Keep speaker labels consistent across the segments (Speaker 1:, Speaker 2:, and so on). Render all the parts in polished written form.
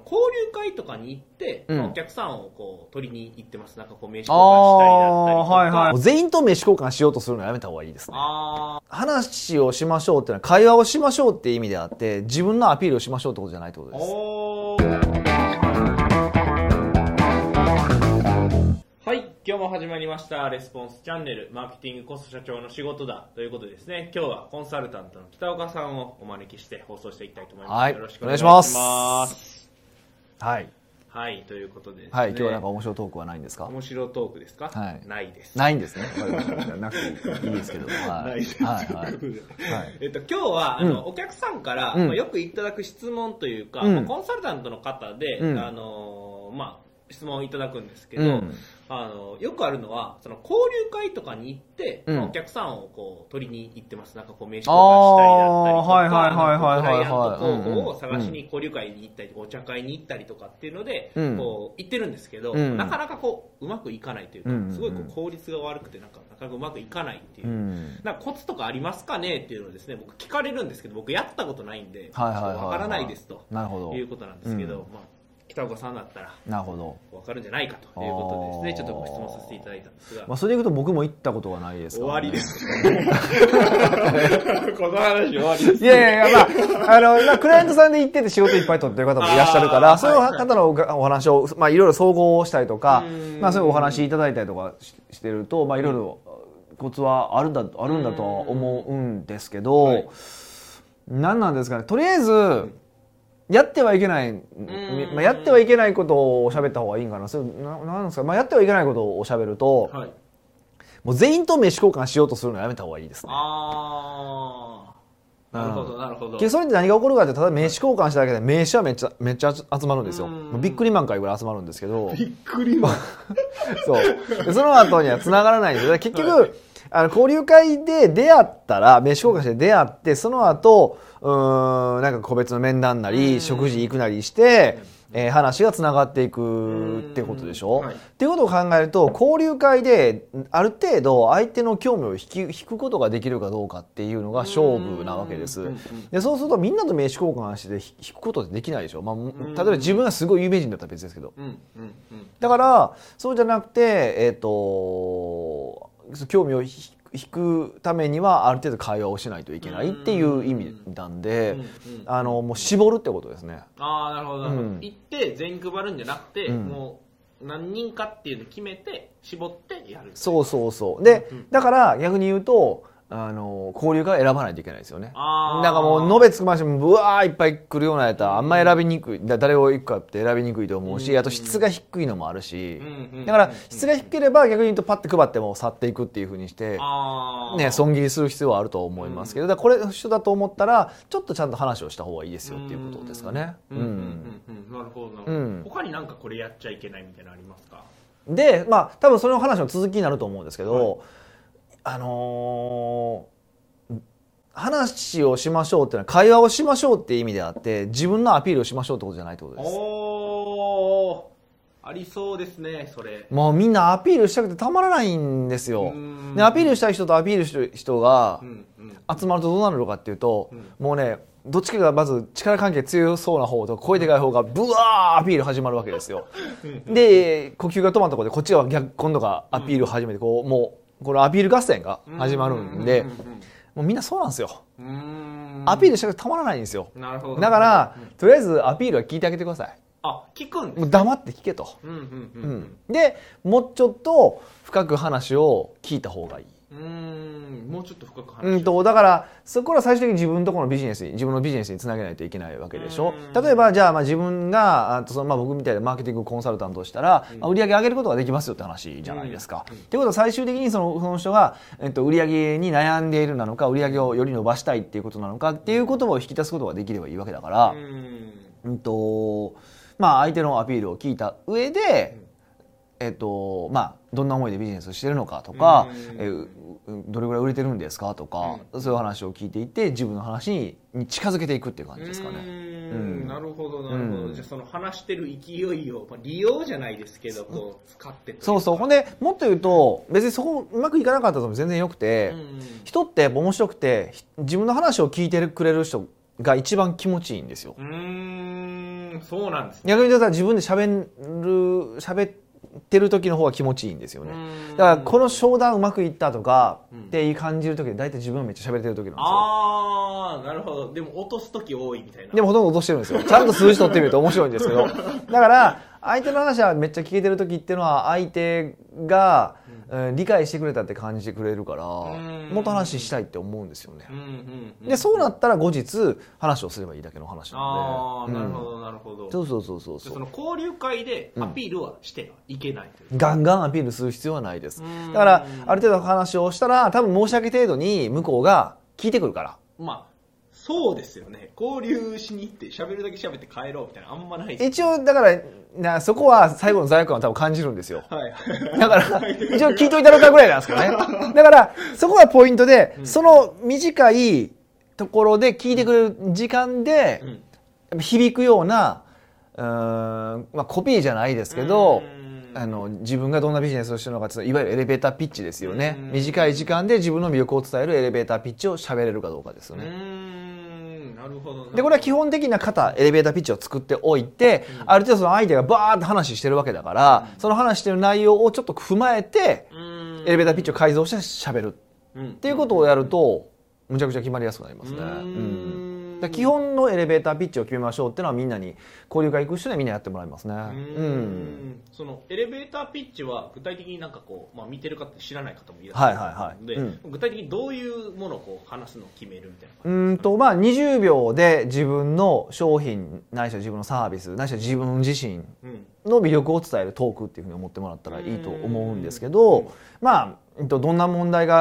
Speaker 1: 交流会とかに行って、
Speaker 2: うん、
Speaker 1: お客さんをこう取りに行ってます。なんかこう名刺交換したりだったりとか、
Speaker 2: はいはい、全員と名刺交換しようとするのはやめた方がいいですね。話をしましょうっていうのは会話をしましょうっていう意味であって自分のアピールをしましょうってことじゃないってことです。
Speaker 1: はい、今日も始まりましたレスポンスチャンネルマーケティングコスト社長の仕事だということでですね、今日はコンサルタントの北岡さんをお招きして放送していきたいと思います。
Speaker 2: はい、
Speaker 1: よろしくお願いします。
Speaker 2: はい
Speaker 1: はい、ということでですね、
Speaker 2: はい、今日はなんか面白いトークはないんですか？
Speaker 1: 面白いトークですか？はい、ないです。
Speaker 2: ないんですね。なくていいですけど、はい、
Speaker 1: ないです。はいはい。今日はお客さんから、よくいただく質問というか、コンサルタントの方で、質問をいただくんですけど、よくあるのはその交流会とかに行って、お客さんをこう取りに行ってます。なんかこう名刺交換したりだったりとか、クライアント候補を探しに交流会に行ったり、お茶会に行ったりとかっていうので、こう行ってるんですけど、なかなかこううまくいかないというか、すごいこう効率が悪くてなかなかうまくいかないっていう、なんかコツとかありますかねっていうのをですね、僕聞かれるんですけど、僕やったことないんでわからないですということなんですけど、北岡さんだったらなるほど分かるんじゃないかということでですね、ちょっとご質問させていただいたんですが、
Speaker 2: それでいうと僕も行ったことはないですから、ね、
Speaker 1: 終わりですこの話終わりです。
Speaker 2: いやいや、クライアントさんで行ってて仕事いっぱい取ってる方もいらっしゃるから、そういう方のお話を、いろいろ総合したりとか、そういうお話いただいたりとかしてると、いろいろコツはあるんだとは思うんですけど、何なんですかね、とりあえずやってはいけない、やってはいけないことを喋った方がいいんかな。それなんですか、やってはいけないことを喋ると、もう全員と名刺交換しようとするのはやめた方がいいですね。
Speaker 1: なるほどなるほど。
Speaker 2: それって何が起こるかって、ただ名刺交換しただけで名刺はめっちゃ集まるんですよ。ビックリマン会ぐらい集まるんですけど、
Speaker 1: ビックリマン
Speaker 2: そうその後には繋がらないんですよ。結局交流会で出会ったら、名刺交換して出会って、その後なんか個別の面談なり食事行くなりして、話がつながっていくってことでしょ、っていうことを考えると、交流会である程度相手の興味を引くことができるかどうかっていうのが勝負なわけです。でそうするとみんなと名刺交換して引くことってできないでしょ、例えば自分がすごい有名人だったら別ですけど、だからそうじゃなくて興味を引くためにはある程度会話をしないといけないっていう意味なんで、もう絞るってことですね。
Speaker 1: なるほど、行って全員配るんじゃなくて、もう何人かっていうのを決めて絞ってやる。
Speaker 2: そうで、だから逆に言うと交流会選ばないといけないですよね。なんかもう述べつくましてもブワーいっぱい来るようなやったらあんま選びにくい、誰を行くかって選びにくいと思うし、あと質が低いのもあるし、だから質が低ければ逆に言うとパッて配っても去っていくっていう風にして損切りする必要はあると思いますけど、だからこれ一緒だと思ったらちょっとちゃんと話をした方がいいですよっていうことですかね。
Speaker 1: なるほどなるほど。他になんかこれやっちゃいけないみたいなのありますか？
Speaker 2: で多分その話の続きになると思うんですけど、話をしましょうっていうのは会話をしましょうっていう意味であって自分のアピールをしましょうってことじゃないってことです。
Speaker 1: ありそうですねそれ。
Speaker 2: もうみんなアピールしたくてたまらないんですよ。でアピールしたい人とアピールしたい人が集まるとどうなるのかっていうと、もうねどっちかがまず力関係強そうな方と声でかい方がブワーアピール始まるわけですよ。で呼吸が止まったところでこっちが今度がアピールを始めてもうこのアピール合戦が始まるんで、もうみんなそうなんですよ。アピールしたくてたまらないんですよ。だからとりあえずアピールは聞いてあげてください。
Speaker 1: 聞くんですね。
Speaker 2: もう黙って聞けと。でもうちょっと深く話を聞いた方がいい。
Speaker 1: もうちょっと深く話を。
Speaker 2: だからそこは最終的に自分のところのビジネスに自分のビジネスにつなげないといけないわけでしょ。例えばじゃあ自分が僕みたいなマーケティングコンサルタントをしたら、売り上げ上げることができますよって話じゃないですか。っていうことは最終的にその人が、売り上げに悩んでいるなのか売り上げをより伸ばしたいっていうことなのかっていうことを引き出すことができればいいわけだから、相手のアピールを聞いた上で、どんな思いでビジネスをしてるのかとか、どれぐらい売れてるんですかとか、そういう話を聞いていって自分の話に近づけていくっていう感じですかね。
Speaker 1: なるほどなるほど。じゃあその話してる勢いを利用じゃないですけど使って
Speaker 2: そうほんでもっと言うと別にそこうまくいかなかったとも全然よくて、人って面白くて自分の話を聞いてくれる人が一番気持ちいいんですよ。
Speaker 1: そうなんですね。
Speaker 2: 逆に言うと自分で喋ってる時の方が気持ちいいんですよね。だからこの商談うまくいったとかって感じる時で大体自分はめっちゃ喋れてる時なんですよ。
Speaker 1: ああ、なるほど。でも落とす時多いみたいな。
Speaker 2: でもほとんど落としてるんですよ。ちゃんと数字取ってみると面白いんですけど。だから相手の話はめっちゃ聞けてる時っていうのは相手が理解してくれたって感じてくれるから、もっと話したいって思うんですよね。でそうなったら後日話をすればいいだけの話なので。
Speaker 1: ああ、なるほどなるほど。
Speaker 2: そう
Speaker 1: その交流会でアピールはしてはいけないという、
Speaker 2: ガンガンアピールする必要はないです。だからある程度話をしたら多分申し訳程度に向こうが聞いてくるから。
Speaker 1: まあそうですよね。交流しに行って喋るだけ喋って帰ろうみたいなあんまないです。
Speaker 2: 一応だからそこは最後の罪悪感を多分感じるんですよ。はい。だから一応聞いといたろかぐらいなんですけどね。だからそこがポイントで、その短いところで聞いてくれる時間で響くような、まあコピーじゃないですけど。自分がどんなビジネスをしてるのかっていういわゆるエレベーターピッチですよね。短い時間で自分の魅力を伝えるエレベーターピッチを喋れるかどうかですよね。
Speaker 1: なるほど。
Speaker 2: でこれは基本的なエレベーターピッチを作っておいて、ある程度その相手がバーッと話してるわけだから、その話してる内容をちょっと踏まえてエレベーターピッチを改造して喋るっていうことをやるとむちゃくちゃ決まりやすくなりますね。基本のエレベーターピッチを決めましょうっていうのはみんなに交流会行く人にはみんなやってもらいますね。
Speaker 1: そのエレベーターピッチは具体的になんかこう、まあ、見てる方知らない方もいらっしゃるので、具体的にどういうものをこう話すのを決めるみたいな。
Speaker 2: まあ20秒で自分の商品ないしは自分のサービスないしは自分自身の魅力を伝えるトークっていうふうに思ってもらったらいいと思うんですけど、まあどんな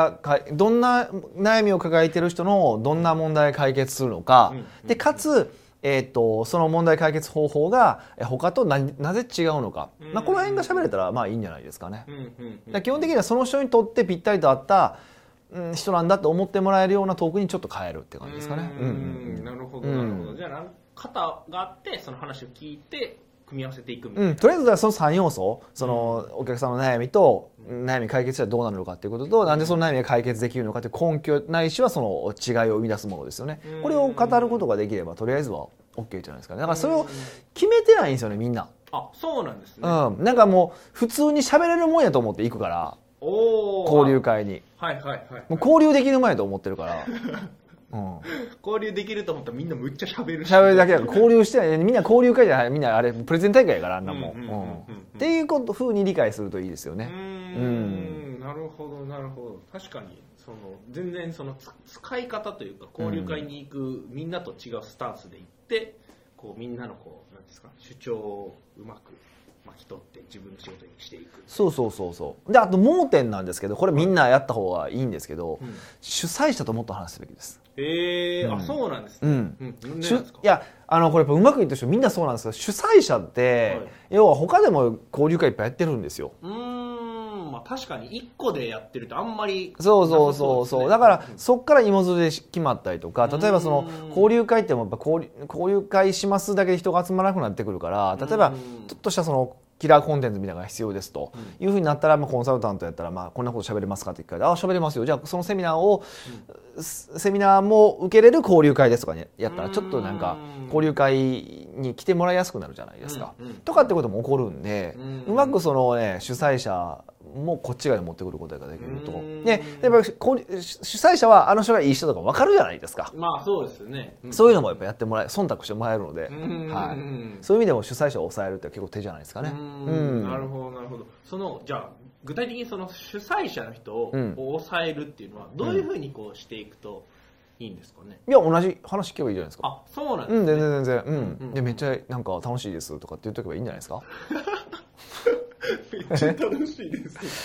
Speaker 2: 悩みを抱えている人のどんな問題を解決するのか、でかつ、その問題解決方法が他となぜ違うのか、まあ、この辺が喋れたらまあいいんじゃないですかね。基本的にはその人にとってぴったりと合った人なんだと思ってもらえるようなトークにちょっと変えるって感じですかね。
Speaker 1: なるほどなるほど。じゃあ型があってその話を聞いて組み合わせていくみたいな。
Speaker 2: とりあえずはその3要素、そのお客さんの悩みと悩み解決したらどうなるのかっていうことと、なんでその悩みが解決できるのかっていう根拠ないしはその違いを生み出すものですよね。これを語ることができればとりあえずは OK じゃないですかね。だからそれを決めてないんですよね、みんな。
Speaker 1: あ、そうなんですね。
Speaker 2: なんかもう普通に喋れるもんやと思って行くから、交流会に。もう交流できるもんやと思ってるから。
Speaker 1: 交流できると思ったらみんなむっちゃ喋る
Speaker 2: るだけだから交流してない。みんな交流会じゃない。みんなあれプレゼン大会やからあんなもん。っていうこと風に理解するといいですよね。
Speaker 1: なるほどなるほど。確かにその全然その使い方というか交流会に行くみんなと違うスタンスで行ってこうみんなのこうなんですか主張をうまく巻き取って自分の仕事にしていく。
Speaker 2: そうであと盲点なんですけどこれみんなやった方がいいんですけど、主催者ともっと話すべきです。
Speaker 1: あ、そうなんですね。
Speaker 2: いやこれやっぱうまくいってる人みんなそうなんですけど、主催者って、要は他でも交流会いっぱいやってるんですよ。
Speaker 1: まあ確かに1個でやってるとあんまり
Speaker 2: そうだからそっから芋づるで決まったりとか、例えばその交流会ってもやっぱ交流会しますだけで人が集まらなくなってくるから、例えばちょっとしたそのキラーコンテンツみたいなのが必要ですというふうになったら、コンサルタントやったらこんなこと喋れますかって聞かれて、喋れますよ、じゃあそのセミナーも受けれる交流会ですとかねやったらちょっとなんか交流会に来てもらいやすくなるじゃないですか、とかってことも起こるんで、うまくそのね主催者もこっち側に持ってくることができると。でやっぱり主催者はあの人がいい人とか分かるじゃないですか。
Speaker 1: まあそうですよね。
Speaker 2: そういうのもやっぱやってもらえ、忖度してもらえるので、そういう意味でも主催者を抑えるって結構手じゃないですかね。
Speaker 1: なるほどなるほど。そのじゃあ具体的にその主催者の人を抑えるっていうのはどういうふうにこうしていくといいんですかね。
Speaker 2: いや同じ話聞けばいいじゃないですか。
Speaker 1: あ、そうなんですね。
Speaker 2: 全然でめっちゃなんか楽しいですとかって言っとけばいいんじゃないですか。
Speaker 1: めっちゃ楽しいです。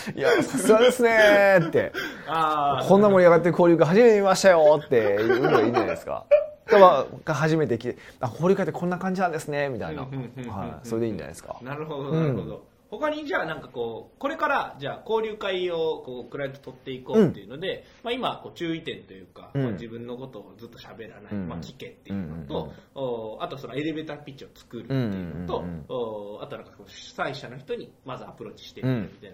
Speaker 2: いやさすがですねーって。こんな盛り上がってる交流会初めて見ましたよっていうのがいいんじゃないですか。が初めて来て、交流会ってこんな感じなんですねみたいな、それでいいんじゃないですか。
Speaker 1: なるほどなるほど。他にじゃあなんかこうこれからじゃあ交流会をこうクライアント取っていこうっていうので、今こう注意点というか、自分のことをずっと喋らない、聞けっていうのと、あとそのエレベーターピッチを作るっていうのと、あとなんか主催者の人にまずアプローチしてみるみたいなのが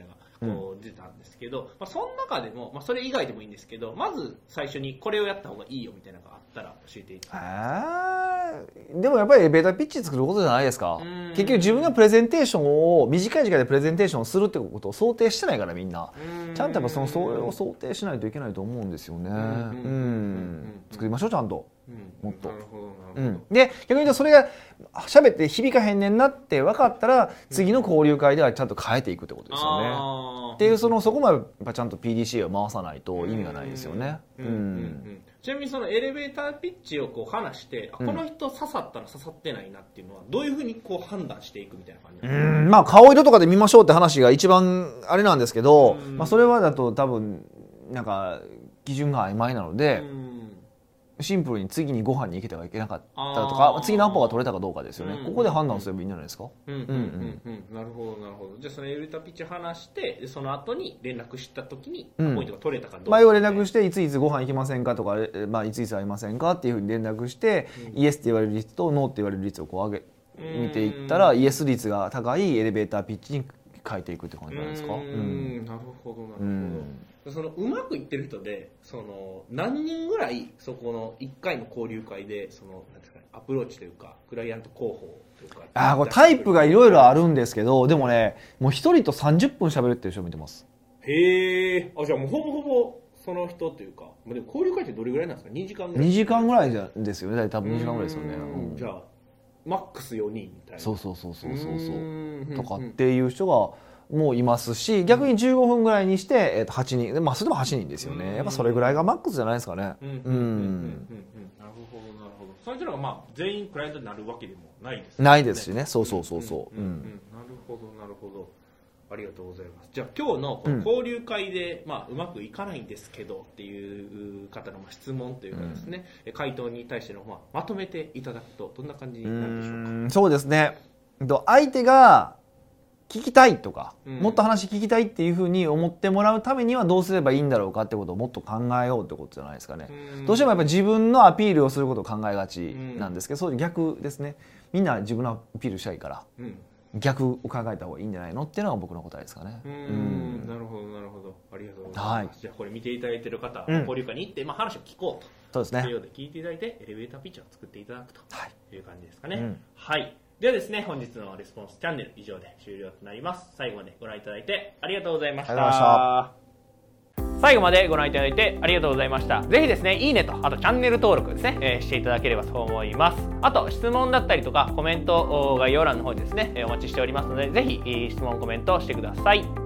Speaker 1: こう出たんですけど、その中でも、それ以外でもいいんですけど、まず最初にこれをやった方がいいよみたいなのがあったら教えていただけますか。
Speaker 2: でもやっぱりエレベーターピッチ作ることじゃないですか。結局自分がプレゼンテーションを短い時間でプレゼンテーションをするってことを想定してないからみんなちゃんとやっぱそれを想定しないといけないと思うんですよね。作りましょうちゃんと。もっと。で逆に言うとそれが喋って響かへんねんなって分かったら次の交流会ではちゃんと変えていくってことですよね。っていうそこまでやっぱちゃんと PDCA を回さないと意味がないですよね。
Speaker 1: ちなみにそのエレベーターピッチをこう話してこの人刺さったら刺さってないなっていうのはどういうふうにこう判断していくみたいな感じなんですか。
Speaker 2: 顔色とかで見ましょうって話が一番あれなんですけど、それはだと多分なんか基準が曖昧なので。シンプルに次にご飯に行けたか行けなかったとか次のアポが取れたかどうかですよね。ここで判断すればいいんじゃないですか。
Speaker 1: なるほどなるほど。じゃあそのエレベーターピッチ話してその後に連絡した時にポイントが取れたかどうか、
Speaker 2: 前は連絡していついつご飯行きませんかとか、いついつ会いませんかっていうふうに連絡して、イエスって言われる率とノーって言われる率をこう見ていったらイエス率が高いエレベーターピッチに変えていくって感じなんですか。
Speaker 1: なるほどなるほど。そのうまくいってる人で何人ぐらいそこの1回の交流会でなんですかね、アプローチというかクライアント候補というか
Speaker 2: これタイプがいろいろあるんですけどでもねもう1人と30分喋るっていう人を見てます。
Speaker 1: へえ。じゃあもうほぼほぼその人というかでも交流会ってどれぐらいなんですか。2時間ぐらい。
Speaker 2: 2時間ぐらいですよね。多分2時間ぐらいですよね。
Speaker 1: じゃあマックス4人みたいな。
Speaker 2: そうとかっていう人がもういますし逆に15分ぐらいにして8人それでも8人ですよね。やっぱそれぐらいがマックスじゃないですかね。なるほどなる
Speaker 1: ほど。そういうのが全員クライアントになるわけでもないです
Speaker 2: ね。ないですしね。そう
Speaker 1: なるほどなるほど。ありがとうございます。じゃあ今日のこの交流会でうまくいかないんですけどっていう方の質問というかですね、回答に対してのまとめていただくとどんな感じになるでしょうか。
Speaker 2: そうですね。相手が聞きたいとか、もっと話聞きたいっていうふうに思ってもらうためにはどうすればいいんだろうかってことをもっと考えようってことじゃないですかね。どうしてもやっぱり自分のアピールをすることを考えがちなんですけど、そういう逆ですね。みんな自分のアピールしたいから、逆を考えた方がいいんじゃないのっていうのが僕の答えですかね。
Speaker 1: なるほどなるほど。ありがとうございます。じゃあこれ見ていただいている方、交流会に行って話を聞こうと。そうですね。というようで聞いていただいてエレベーターピッチを作っていただくという感じですかね。はい。ではですね、本日のレスポンスチャンネル以上で終了となります。最後までご覧いただいてありがとうございました。最後までご覧いただいてありがとうございました。ぜひですね、いいねと、あとチャンネル登録ですね、していただければと思います。あと、質問だったりとか、コメント概要欄の方にですね、お待ちしておりますので、ぜひ質問、コメントしてください。